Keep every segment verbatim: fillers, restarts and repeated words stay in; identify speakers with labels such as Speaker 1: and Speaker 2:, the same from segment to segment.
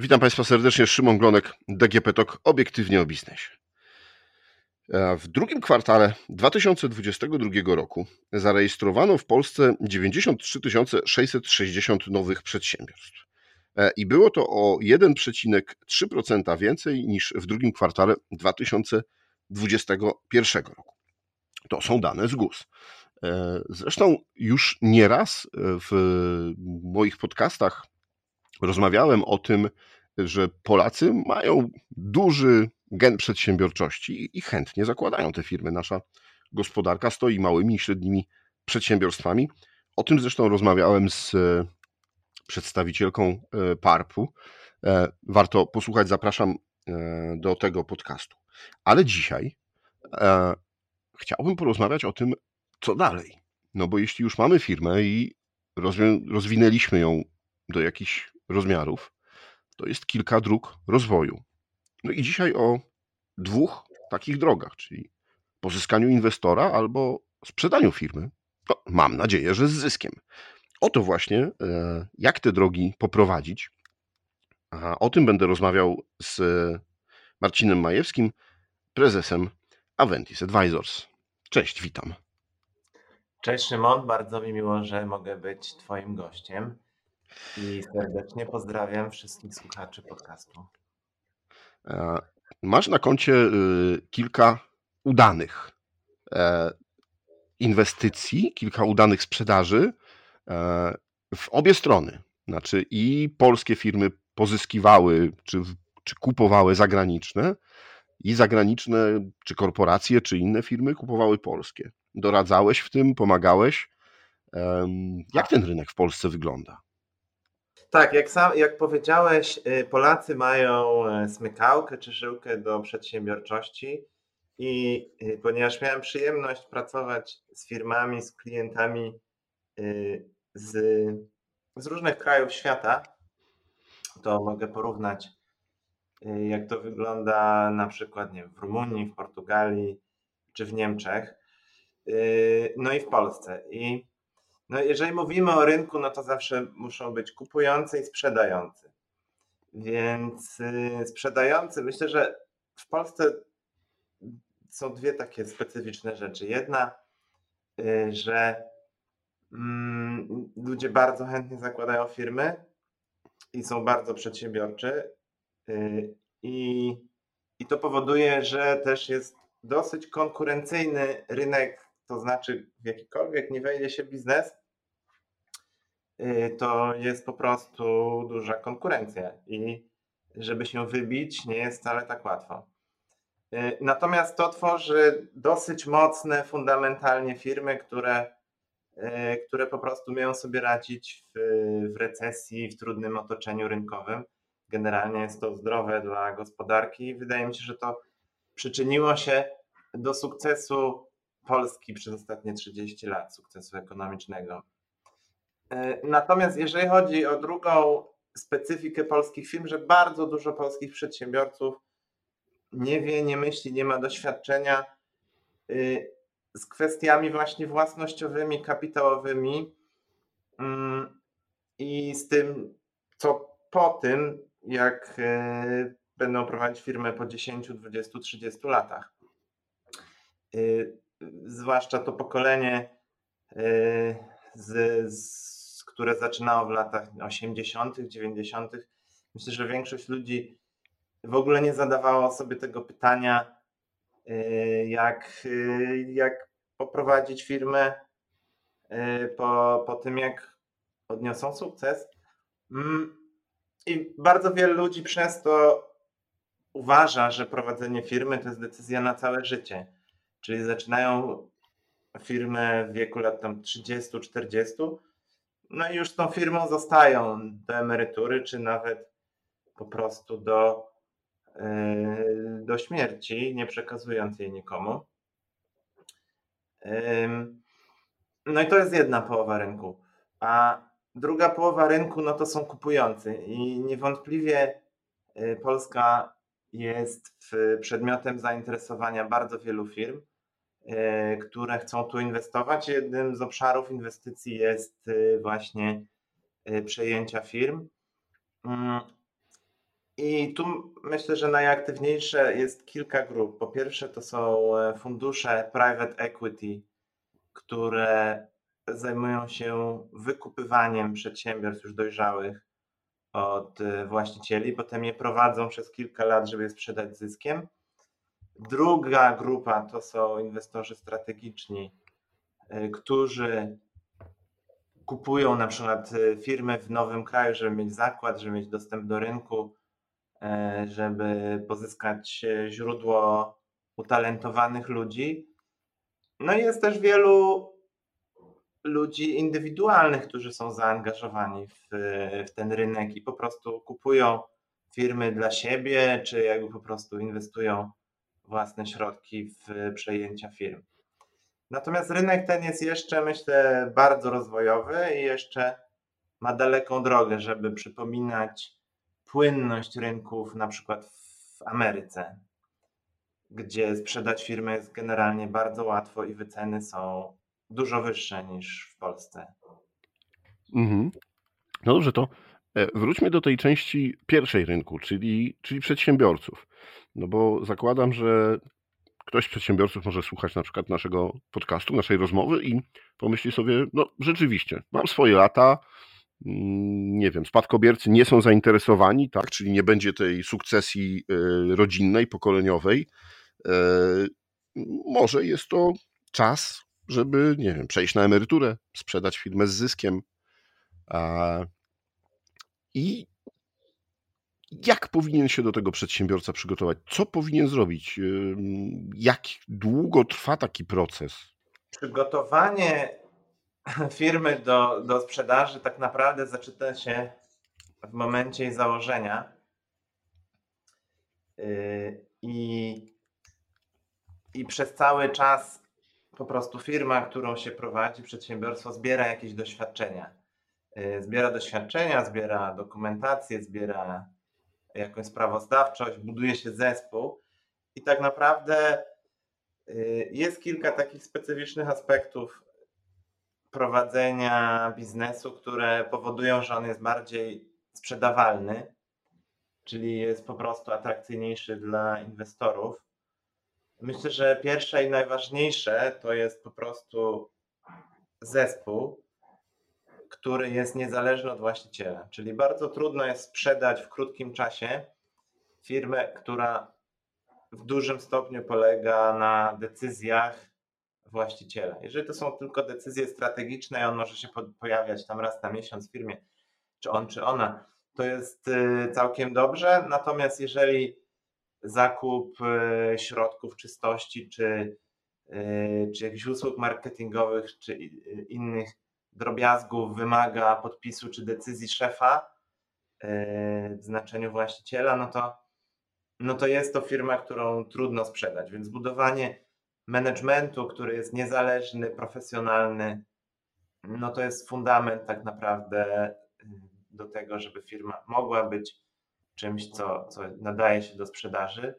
Speaker 1: Witam Państwa serdecznie, Szymon Glonek, D G P Talk, obiektywnie o biznesie. W drugim kwartale dwa tysiące dwudziestego drugiego roku zarejestrowano w Polsce dziewięćdziesiąt trzy tysiące sześćset sześćdziesiąt nowych przedsiębiorstw. I było to o jeden przecinek trzy procent więcej niż w drugim kwartale dwa tysiące dwudziestego pierwszego roku. To są dane z G U S. Zresztą już nieraz w moich podcastach rozmawiałem o tym, że Polacy mają duży gen przedsiębiorczości i chętnie zakładają te firmy. Nasza gospodarka stoi małymi i średnimi przedsiębiorstwami. O tym zresztą rozmawiałem z przedstawicielką P A R P-u. Warto posłuchać, zapraszam do tego podcastu. Ale dzisiaj chciałbym porozmawiać o tym, co dalej. No bo jeśli już mamy firmę i rozwinęliśmy ją do jakichś rozmiarów, to jest kilka dróg rozwoju. No i dzisiaj o dwóch takich drogach, czyli pozyskaniu inwestora albo sprzedaniu firmy. No, mam nadzieję, że z zyskiem. O to właśnie, jak te drogi poprowadzić. A o tym będę rozmawiał z Marcinem Majewskim, prezesem Aventis Advisors. Cześć, witam.
Speaker 2: Cześć Szymon, bardzo mi miło, że mogę być Twoim gościem i serdecznie pozdrawiam wszystkich słuchaczy podcastu.
Speaker 1: Masz na koncie kilka udanych inwestycji, kilka udanych sprzedaży w obie strony. Znaczy i polskie firmy pozyskiwały czy, czy kupowały zagraniczne, i zagraniczne, czy korporacje, czy inne firmy kupowały polskie. Doradzałeś w tym, pomagałeś. Jak ten rynek w Polsce wygląda?
Speaker 2: Tak, jak, sam, jak powiedziałeś, Polacy mają smykałkę czy żyłkę do przedsiębiorczości i ponieważ miałem przyjemność pracować z firmami, z klientami z, z różnych krajów świata, to mogę porównać, jak to wygląda na przykład nie wiem, w Rumunii, w Portugalii czy w Niemczech, no i w Polsce. I no jeżeli mówimy o rynku, no to zawsze muszą być kupujący i sprzedający. Więc sprzedający, myślę, że w Polsce są dwie takie specyficzne rzeczy. Jedna, że ludzie bardzo chętnie zakładają firmy i są bardzo przedsiębiorczy. I, I to powoduje, że też jest dosyć konkurencyjny rynek, to znaczy w jakikolwiek nie wejdzie się biznes, to jest po prostu duża konkurencja i żeby się wybić nie jest wcale tak łatwo. Natomiast to tworzy dosyć mocne fundamentalnie firmy, które, które po prostu umieją sobie radzić w, w recesji, w trudnym otoczeniu rynkowym. Generalnie jest to zdrowe dla gospodarki i wydaje mi się, że to przyczyniło się do sukcesu Polski przez ostatnie trzydzieści lat, sukcesu ekonomicznego. Natomiast jeżeli chodzi o drugą specyfikę polskich firm, że bardzo dużo polskich przedsiębiorców nie wie, nie myśli, nie ma doświadczenia z kwestiami właśnie własnościowymi, kapitałowymi i z tym, co po tym, jak będą prowadzić firmę po dziesięciu, dwudziestu, trzydziestu latach. Zwłaszcza to pokolenie, z, z, które zaczynało w latach osiemdziesiątych, dziewięćdziesiątych. Myślę, że większość ludzi w ogóle nie zadawało sobie tego pytania, jak, jak poprowadzić firmę po, po tym, jak odniosą sukces. I bardzo wielu ludzi przez to uważa, że prowadzenie firmy to jest decyzja na całe życie. Czyli zaczynają firmę w wieku lat tam trzydziestu, czterdziestu, no i już z tą firmą zostają do emerytury, czy nawet po prostu do, yy, do śmierci, nie przekazując jej nikomu. Yy, no i to jest jedna połowa rynku. A druga połowa rynku, no to są kupujący i niewątpliwie Polska jest przedmiotem zainteresowania bardzo wielu firm, które chcą tu inwestować. Jednym z obszarów inwestycji jest właśnie przejęcia firm. I tu myślę, że najaktywniejsze jest kilka grup. Po pierwsze to są fundusze private equity, które zajmują się wykupywaniem przedsiębiorstw już dojrzałych od właścicieli, potem je prowadzą przez kilka lat, żeby je sprzedać zyskiem. Druga grupa to są inwestorzy strategiczni, którzy kupują na przykład firmy w nowym kraju, żeby mieć zakład, żeby mieć dostęp do rynku, żeby pozyskać źródło utalentowanych ludzi. No i jest też wielu ludzi indywidualnych, którzy są zaangażowani w, w ten rynek i po prostu kupują firmy dla siebie, czy jakby po prostu inwestują własne środki w przejęcia firm. Natomiast rynek ten jest jeszcze, myślę, bardzo rozwojowy i jeszcze ma daleką drogę, żeby przypominać płynność rynków na przykład w Ameryce, gdzie sprzedać firmę jest generalnie bardzo łatwo i wyceny są dużo wyższe niż w Polsce.
Speaker 1: Mhm. No dobrze, to wróćmy do tej części pierwszej rynku, czyli, czyli przedsiębiorców. No bo zakładam, że ktoś z przedsiębiorców może słuchać na przykład naszego podcastu, naszej rozmowy i pomyśli sobie, no rzeczywiście, mam swoje lata, nie wiem, spadkobiercy nie są zainteresowani, tak, czyli nie będzie tej sukcesji rodzinnej, pokoleniowej. Może jest to czas, żeby, nie wiem, przejść na emeryturę, sprzedać firmę z zyskiem. I jak powinien się do tego przedsiębiorca przygotować? Co powinien zrobić? Jak długo trwa taki proces?
Speaker 2: Przygotowanie firmy do, do sprzedaży tak naprawdę zaczyna się w momencie jej założenia. I, I przez cały czas po prostu firma, którą się prowadzi, przedsiębiorstwo zbiera jakieś doświadczenia. Zbiera doświadczenia, zbiera dokumentację, zbiera jakąś sprawozdawczość, buduje się zespół i tak naprawdę jest kilka takich specyficznych aspektów prowadzenia biznesu, które powodują, że on jest bardziej sprzedawalny, czyli jest po prostu atrakcyjniejszy dla inwestorów. Myślę, że pierwsze i najważniejsze to jest po prostu zespół, który jest niezależny od właściciela. Czyli bardzo trudno jest sprzedać w krótkim czasie firmę, która w dużym stopniu polega na decyzjach właściciela. Jeżeli to są tylko decyzje strategiczne i on może się pojawiać tam raz na miesiąc w firmie, czy on, czy ona, to jest całkiem dobrze. Natomiast jeżeli zakup środków czystości, czy, czy jakichś usług marketingowych, czy innych drobiazgów wymaga podpisu czy decyzji szefa w znaczeniu właściciela, no to, no to jest to firma, którą trudno sprzedać. Więc budowanie managementu, który jest niezależny, profesjonalny, no to jest fundament tak naprawdę do tego, żeby firma mogła być czymś, co, co nadaje się do sprzedaży.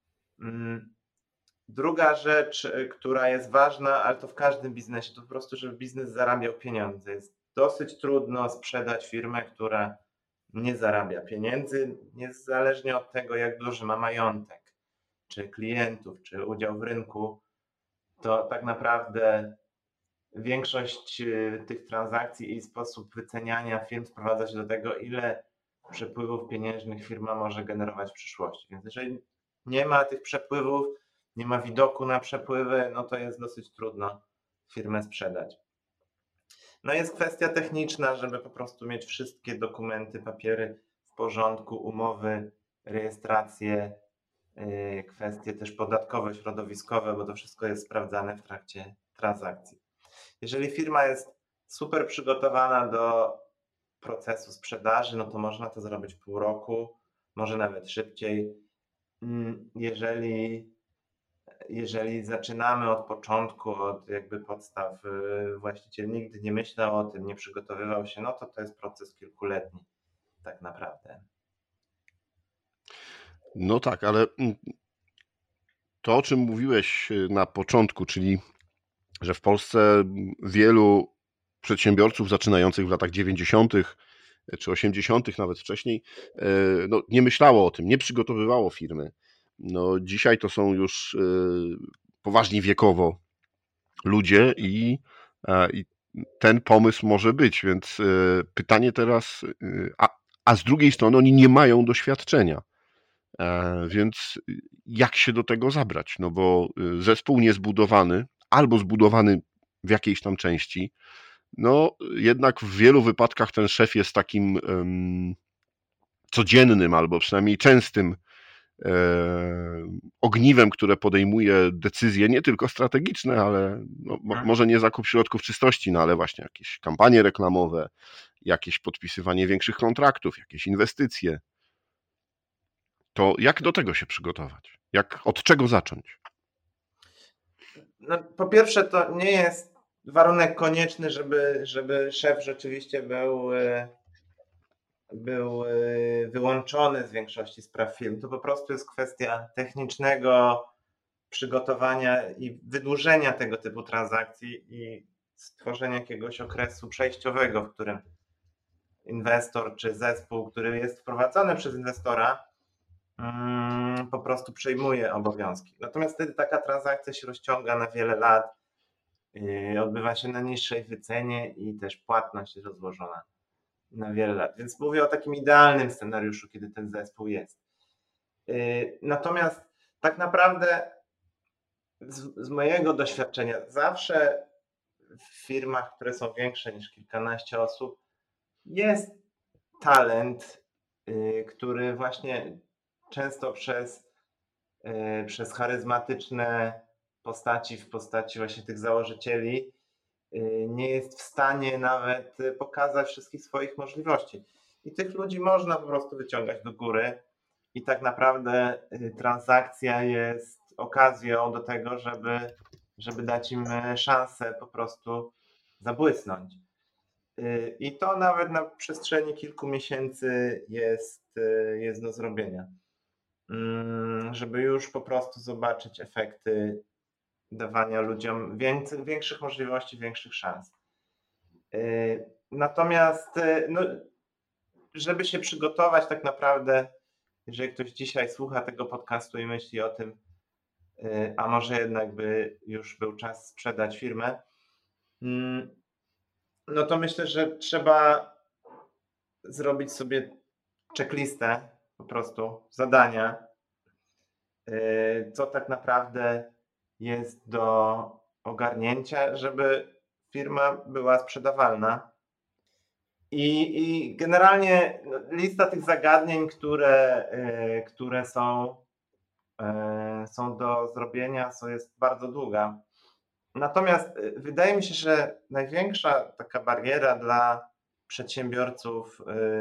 Speaker 2: Druga rzecz, która jest ważna, ale to w każdym biznesie, to po prostu, żeby biznes zarabiał pieniądze. Jest dosyć trudno sprzedać firmę, która nie zarabia pieniędzy, niezależnie od tego, jak duży ma majątek, czy klientów, czy udział w rynku, to tak naprawdę większość tych transakcji i sposób wyceniania firm sprowadza się do tego, ile przepływów pieniężnych firma może generować w przyszłości. Więc jeżeli nie ma tych przepływów, nie ma widoku na przepływy, no to jest dosyć trudno firmę sprzedać. No jest kwestia techniczna, żeby po prostu mieć wszystkie dokumenty, papiery w porządku, umowy, rejestracje, kwestie też podatkowe, środowiskowe, bo to wszystko jest sprawdzane w trakcie transakcji. Jeżeli firma jest super przygotowana do procesu sprzedaży, no to można to zrobić w pół roku, może nawet szybciej. Jeżeli, jeżeli zaczynamy od początku, od jakby podstaw, właściciel nigdy nie myślał o tym, nie przygotowywał się, no to to jest proces kilkuletni tak naprawdę.
Speaker 1: No tak, ale to, o czym mówiłeś na początku, czyli że w Polsce wielu przedsiębiorców zaczynających w latach dziewięćdziesiątych czy osiemdziesiątych nawet wcześniej, no, nie myślało o tym, nie przygotowywało firmy. No, dzisiaj to są już poważni wiekowo ludzie i, i ten pomysł może być, więc pytanie teraz, a, a z drugiej strony oni nie mają doświadczenia, więc jak się do tego zabrać? No bo zespół niezbudowany albo zbudowany w jakiejś tam części, no jednak w wielu wypadkach ten szef jest takim um, codziennym albo przynajmniej częstym e, ogniwem, które podejmuje decyzje nie tylko strategiczne, ale no,
Speaker 2: Mhm.
Speaker 1: może nie zakup środków czystości, no ale właśnie jakieś kampanie reklamowe, jakieś podpisywanie większych kontraktów, jakieś inwestycje. To jak do tego się przygotować? Jak, od czego zacząć?
Speaker 2: No, po pierwsze, to nie jest warunek konieczny, żeby, żeby szef rzeczywiście był, był wyłączony z większości spraw firm. To po prostu jest kwestia technicznego przygotowania i wydłużenia tego typu transakcji i stworzenia jakiegoś okresu przejściowego, w którym inwestor czy zespół, który jest wprowadzony przez inwestora, po prostu przejmuje obowiązki. Natomiast wtedy taka transakcja się rozciąga na wiele lat, odbywa się na niższej wycenie i też płatność jest rozłożona na wiele lat. Więc mówię o takim idealnym scenariuszu, kiedy ten zespół jest. Natomiast tak naprawdę z, z mojego doświadczenia zawsze w firmach, które są większe niż kilkanaście osób, jest talent, który właśnie często przez, przez charyzmatyczne postaci w postaci właśnie tych założycieli nie jest w stanie nawet pokazać wszystkich swoich możliwości. I tych ludzi można po prostu wyciągać do góry i tak naprawdę transakcja jest okazją do tego, żeby, żeby dać im szansę po prostu zabłysnąć. I to nawet na przestrzeni kilku miesięcy jest, jest do zrobienia, żeby już po prostu zobaczyć efekty dawania ludziom więcej, większych możliwości, większych szans. Natomiast no, żeby się przygotować tak naprawdę, jeżeli ktoś dzisiaj słucha tego podcastu i myśli o tym, a może jednak by już był czas sprzedać firmę, no to myślę, że trzeba zrobić sobie checklistę, po prostu zadania, co tak naprawdę jest do ogarnięcia, żeby firma była sprzedawalna. I, i generalnie lista tych zagadnień, które, które są, są do zrobienia, to jest bardzo długa. Natomiast wydaje mi się, że największa taka bariera dla przedsiębiorców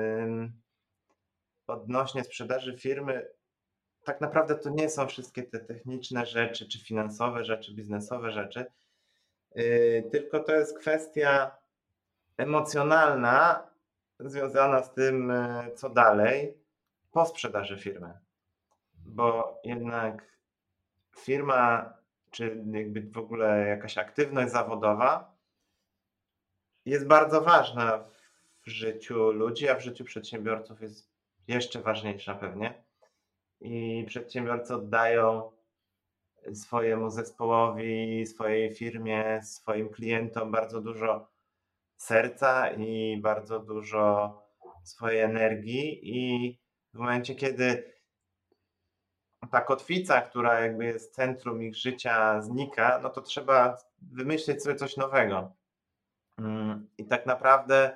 Speaker 2: odnośnie sprzedaży firmy, tak naprawdę to nie są wszystkie te techniczne rzeczy, czy finansowe rzeczy, biznesowe rzeczy, tylko to jest kwestia emocjonalna związana z tym, co dalej po sprzedaży firmy. Bo jednak firma, czy jakby w ogóle jakaś aktywność zawodowa jest bardzo ważna w życiu ludzi, a w życiu przedsiębiorców jest jeszcze ważniejsza pewnie. I przedsiębiorcy oddają swojemu zespołowi, swojej firmie, swoim klientom bardzo dużo serca i bardzo dużo swojej energii i w momencie, kiedy ta kotwica, która jakby jest centrum ich życia, znika, no to trzeba wymyślić sobie coś nowego. I tak naprawdę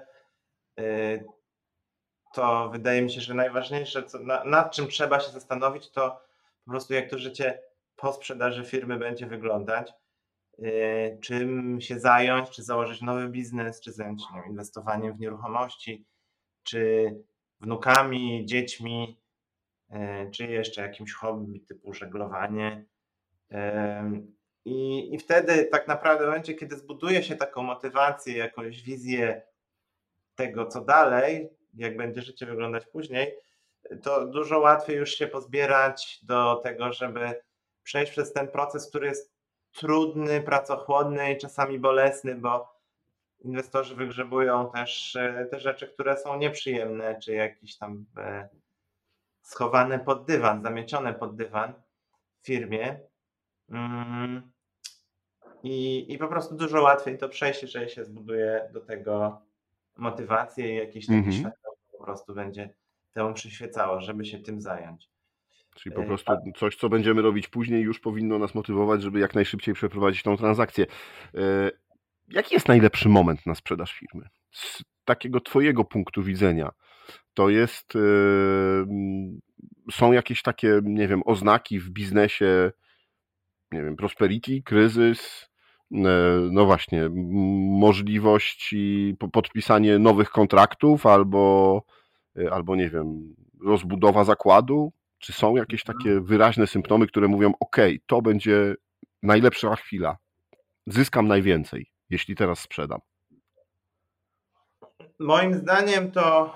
Speaker 2: to wydaje mi się, że najważniejsze, co, nad czym trzeba się zastanowić, to po prostu jak to życie po sprzedaży firmy będzie wyglądać, czym się zająć, czy założyć nowy biznes, czy zająć się inwestowaniem w nieruchomości, czy wnukami, dziećmi, czy jeszcze jakimś hobby typu żeglowanie. I, I wtedy tak naprawdę w momencie, kiedy zbuduje się taką motywację, jakąś wizję tego, co dalej, jak będzie życie wyglądać później, to dużo łatwiej już się pozbierać do tego, żeby przejść przez ten proces, który jest trudny, pracochłonny i czasami bolesny, bo inwestorzy wygrzebują też te rzeczy, które są nieprzyjemne, czy jakieś tam schowane pod dywan, zamiecione pod dywan w firmie. I, I po prostu dużo łatwiej to przejść, jeżeli się zbuduje do tego motywację i jakieś takie
Speaker 1: Mhm.
Speaker 2: światło po prostu będzie temu przyświecało, żeby się tym zająć.
Speaker 1: Czyli po prostu coś, co będziemy robić później, już powinno nas motywować, żeby jak najszybciej przeprowadzić tą transakcję. Jaki jest najlepszy moment na sprzedaż firmy? Z takiego twojego punktu widzenia, to jest, są jakieś takie, nie wiem, oznaki w biznesie, nie wiem, prosperity, kryzys, no właśnie, możliwości podpisania nowych kontraktów albo, albo nie wiem, rozbudowa zakładu? Czy są jakieś takie wyraźne symptomy, które mówią, ok, to będzie najlepsza chwila, zyskam najwięcej, jeśli teraz sprzedam?
Speaker 2: Moim zdaniem to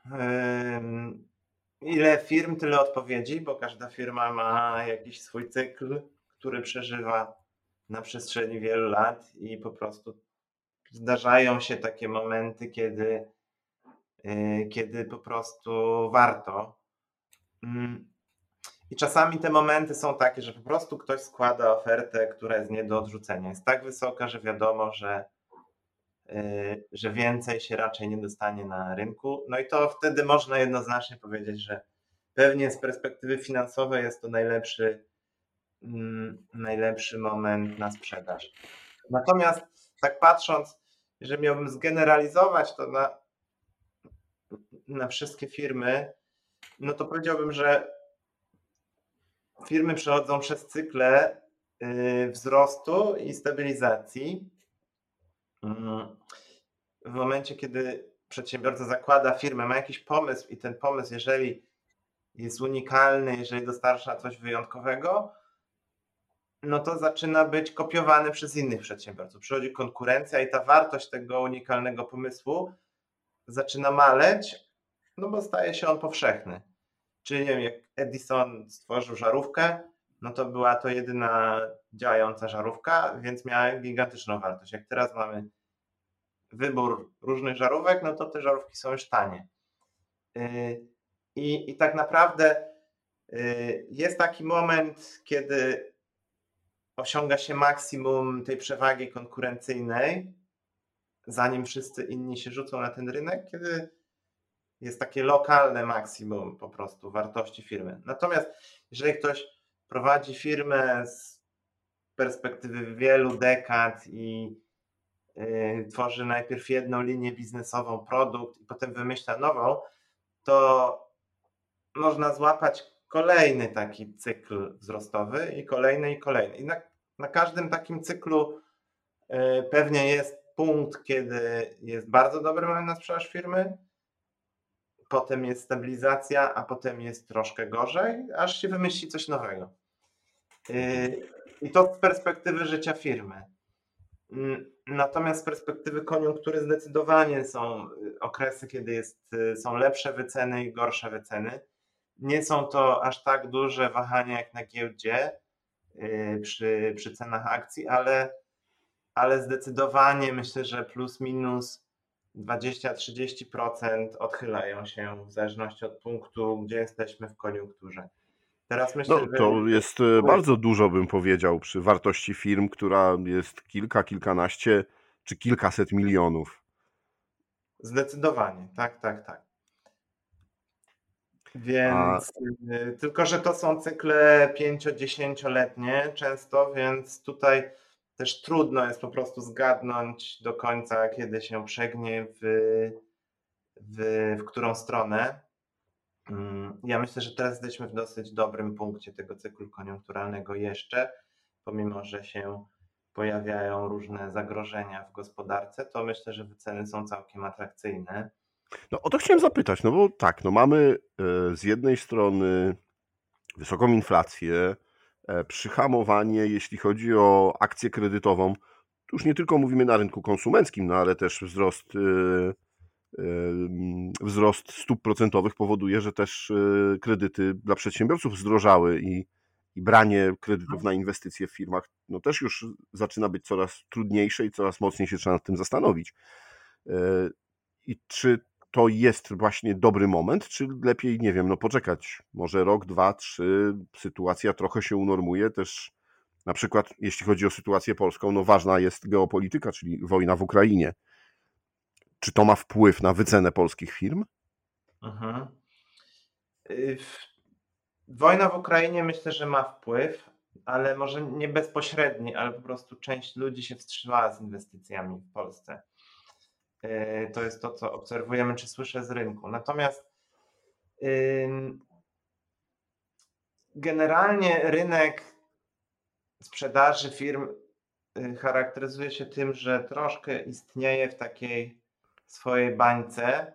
Speaker 2: yy, ile firm, tyle odpowiedzi, bo każda firma ma jakiś swój cykl, który przeżywa na przestrzeni wielu lat i po prostu zdarzają się takie momenty, kiedy, yy, kiedy po prostu warto. Yy. I czasami te momenty są takie, że po prostu ktoś składa ofertę, która jest nie do odrzucenia. Jest tak wysoka, że wiadomo, że, yy, że więcej się raczej nie dostanie na rynku. No i to wtedy można jednoznacznie powiedzieć, że pewnie z perspektywy finansowej jest to najlepszy, yy, najlepszy moment na sprzedaż. Natomiast tak patrząc, jeżeli miałbym zgeneralizować to na, na wszystkie firmy, no to powiedziałbym, że firmy przechodzą przez cykle wzrostu i stabilizacji. W momencie, kiedy przedsiębiorca zakłada firmę, ma jakiś pomysł i ten pomysł, jeżeli jest unikalny, jeżeli dostarcza coś wyjątkowego, no to zaczyna być kopiowany przez innych przedsiębiorców. Przychodzi konkurencja i ta wartość tego unikalnego pomysłu zaczyna maleć, no bo staje się on powszechny. Czyli nie wiem, jak Edison stworzył żarówkę, no to była to jedyna działająca żarówka, więc miała gigantyczną wartość. Jak teraz mamy wybór różnych żarówek, no to te żarówki są już tanie. I, i tak naprawdę jest taki moment, kiedy osiąga się maksimum tej przewagi konkurencyjnej, zanim wszyscy inni się rzucą na ten rynek, kiedy jest takie lokalne maksimum po prostu wartości firmy. Natomiast jeżeli ktoś prowadzi firmę z perspektywy wielu dekad i yy, tworzy najpierw jedną linię biznesową, produkt i potem wymyśla nową, to można złapać kolejny taki cykl wzrostowy i kolejny i kolejny. I na, na każdym takim cyklu yy, pewnie jest punkt, kiedy jest bardzo dobry moment na sprzedaż firmy, potem jest stabilizacja, a potem jest troszkę gorzej, aż się wymyśli coś nowego. I to z perspektywy życia firmy. Natomiast z perspektywy koniunktury zdecydowanie są okresy, kiedy jest, są lepsze wyceny i gorsze wyceny. Nie są to aż tak duże wahania jak na giełdzie przy, przy cenach akcji, ale, ale zdecydowanie myślę, że plus minus dwadzieścia do trzydziestu procent odchylają się w zależności od punktu, gdzie jesteśmy w koniunkturze. Teraz myślę,
Speaker 1: no, to że jest bardzo dużo, bym powiedział, przy wartości firm, która jest kilka, kilkanaście czy kilkaset milionów.
Speaker 2: Zdecydowanie, tak, tak, tak. Więc A... tylko, że to są cykle pięcio-dziesięcioletnie często, więc tutaj też trudno jest po prostu zgadnąć do końca, kiedy się przegnie w, w, w którą stronę. Ja myślę, że teraz jesteśmy w dosyć dobrym punkcie tego cyklu koniunkturalnego jeszcze, pomimo że się pojawiają różne zagrożenia w gospodarce, to myślę, że wyceny są całkiem atrakcyjne.
Speaker 1: No o to chciałem zapytać, no bo tak, no mamy z jednej strony wysoką inflację, przyhamowanie, jeśli chodzi o akcję kredytową. Tu już nie tylko mówimy na rynku konsumenckim, no ale też wzrost, wzrost stóp procentowych powoduje, że też kredyty dla przedsiębiorców zdrożały i, i branie kredytów na inwestycje w firmach, no też już zaczyna być coraz trudniejsze i coraz mocniej się trzeba nad tym zastanowić. I czy to jest właśnie dobry moment, czy lepiej, nie wiem, no poczekać, może rok, dwa, trzy, sytuacja trochę się unormuje, też na przykład jeśli chodzi o sytuację polską, no ważna jest geopolityka, czyli wojna w Ukrainie. Czy to ma wpływ na wycenę polskich firm?
Speaker 2: Mhm. Wojna w Ukrainie myślę, że ma wpływ, ale może nie bezpośredni, ale po prostu część ludzi się wstrzymała z inwestycjami w Polsce. To jest to, co obserwujemy, czy słyszę z rynku. Natomiast generalnie rynek sprzedaży firm charakteryzuje się tym, że troszkę istnieje w takiej swojej bańce.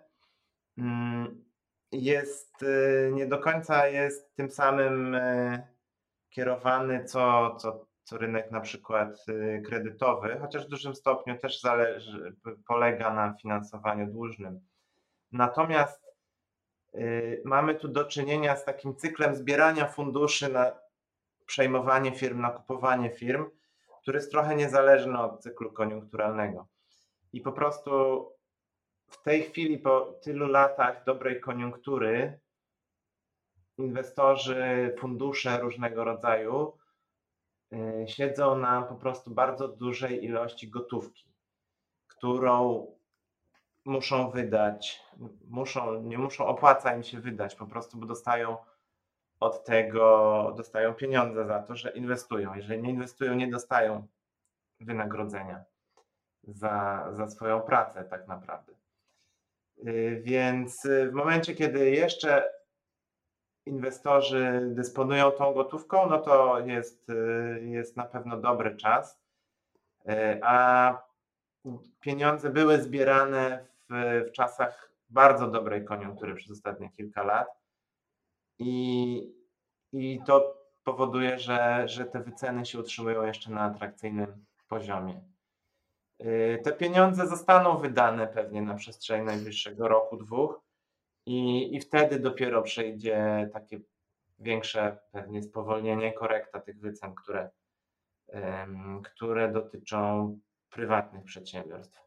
Speaker 2: Jest, nie do końca jest tym samym kierowany, co, co, co rynek na przykład kredytowy, chociaż w dużym stopniu też zależy, polega na finansowaniu dłużnym. Natomiast y, mamy tu do czynienia z takim cyklem zbierania funduszy na przejmowanie firm, na kupowanie firm, który jest trochę niezależny od cyklu koniunkturalnego. I po prostu w tej chwili, po tylu latach dobrej koniunktury, inwestorzy, fundusze różnego rodzaju y, siedzą na po prostu bardzo dużej ilości gotówki, którą muszą wydać, muszą, nie muszą, opłaca im się wydać po prostu, bo dostają od tego, dostają pieniądze za to, że inwestują. Jeżeli nie inwestują, nie dostają wynagrodzenia za, za swoją pracę tak naprawdę. Y, Więc w momencie, kiedy jeszcze inwestorzy dysponują tą gotówką, no to jest, y, jest na pewno dobry czas, Y, a pieniądze były zbierane w, w czasach bardzo dobrej koniunktury przez ostatnie kilka lat i, i to powoduje, że, że te wyceny się utrzymują jeszcze na atrakcyjnym poziomie. Y, Te pieniądze zostaną wydane pewnie na przestrzeni najbliższego roku, dwóch i, i wtedy dopiero przyjdzie takie większe pewnie spowolnienie, korekta tych wycen, które, ym, które dotyczą prywatnych przedsiębiorstw.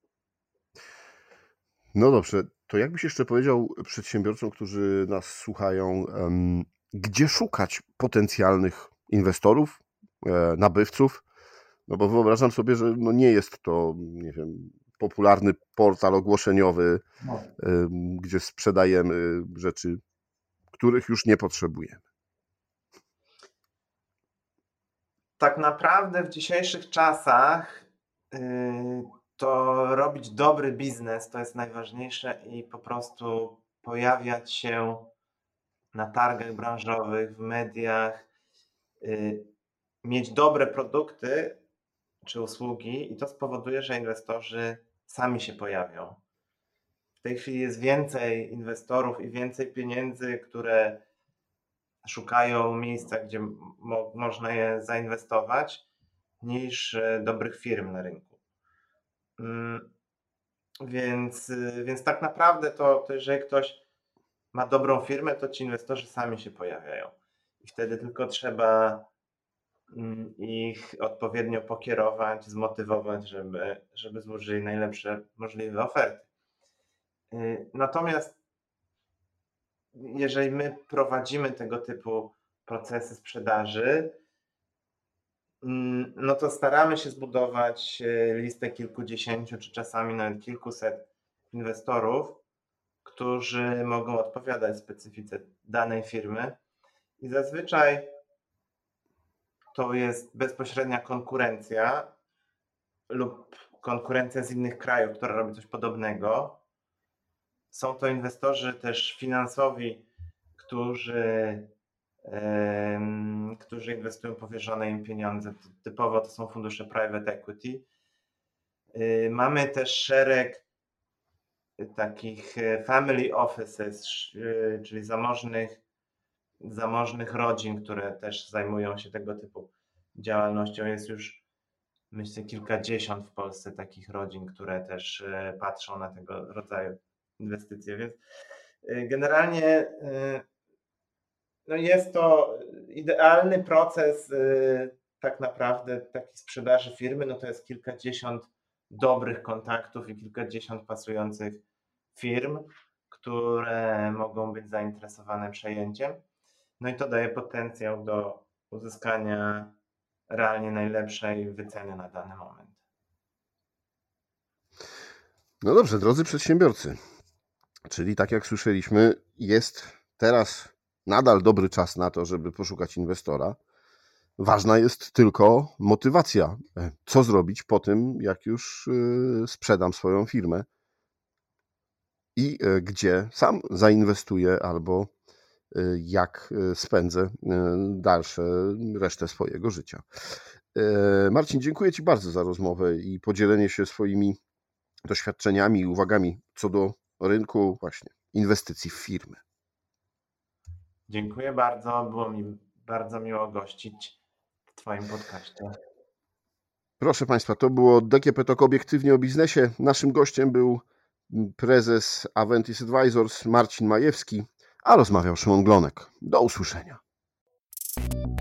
Speaker 1: No dobrze, to jakbyś jeszcze powiedział przedsiębiorcom, którzy nas słuchają, em, gdzie szukać potencjalnych inwestorów, e, nabywców? No bo wyobrażam sobie, że no nie jest to, nie wiem, popularny portal ogłoszeniowy,
Speaker 2: No.
Speaker 1: em, gdzie sprzedajemy rzeczy, których już nie potrzebujemy.
Speaker 2: Tak naprawdę w dzisiejszych czasach yy, to robić dobry biznes to jest najważniejsze i po prostu pojawiać się na targach branżowych, w mediach, yy, mieć dobre produkty czy usługi i to spowoduje, że inwestorzy sami się pojawią. W tej chwili jest więcej inwestorów i więcej pieniędzy, które szukają miejsca, gdzie mo- można je zainwestować, niż e, dobrych firm na rynku. Mm, Więc, y, więc tak naprawdę to, to jeżeli ktoś ma dobrą firmę, to ci inwestorzy sami się pojawiają. I wtedy tylko trzeba mm, ich odpowiednio pokierować, zmotywować, żeby, żeby złożyli najlepsze możliwe oferty. Y, Natomiast jeżeli my prowadzimy tego typu procesy sprzedaży, mm, no to staramy się zbudować e, listę kilkudziesięciu, czy czasami nawet kilkuset inwestorów, którzy mogą odpowiadać specyfice danej firmy. I zazwyczaj to jest bezpośrednia konkurencja lub konkurencja z innych krajów, która robi coś podobnego. Są to inwestorzy też finansowi, którzy, em, którzy inwestują powierzone im pieniądze. Typowo to są fundusze private equity. Y, Mamy też szereg takich e, family offices, y, czyli zamożnych, zamożnych rodzin, które też zajmują się tego typu działalnością. Jest już, myślę, kilkadziesiąt w Polsce takich rodzin, które też e, patrzą na tego rodzaju inwestycje. Więc e, generalnie e, no jest to, idealny proces tak naprawdę takiej sprzedaży firmy, no to jest kilkadziesiąt dobrych kontaktów i kilkadziesiąt pasujących firm, które mogą być zainteresowane przejęciem. No i to daje potencjał do uzyskania realnie najlepszej wyceny na dany moment.
Speaker 1: No dobrze, drodzy przedsiębiorcy, czyli tak jak słyszeliśmy, jest teraz nadal dobry czas na to, żeby poszukać inwestora. Ważna jest tylko motywacja. Co zrobić po tym, jak już sprzedam swoją firmę i gdzie sam zainwestuję albo jak spędzę dalsze resztę swojego życia. Marcin, dziękuję Ci bardzo za rozmowę i podzielenie się swoimi doświadczeniami i uwagami co do rynku właśnie inwestycji w firmy.
Speaker 2: Dziękuję bardzo. Było mi bardzo miło gościć w Twoim podcaście.
Speaker 1: Proszę Państwa, to było D G P Talk obiektywnie o biznesie. Naszym gościem był prezes Aventis Advisors Marcin Majewski, a rozmawiał Szymon Glonek. Do usłyszenia.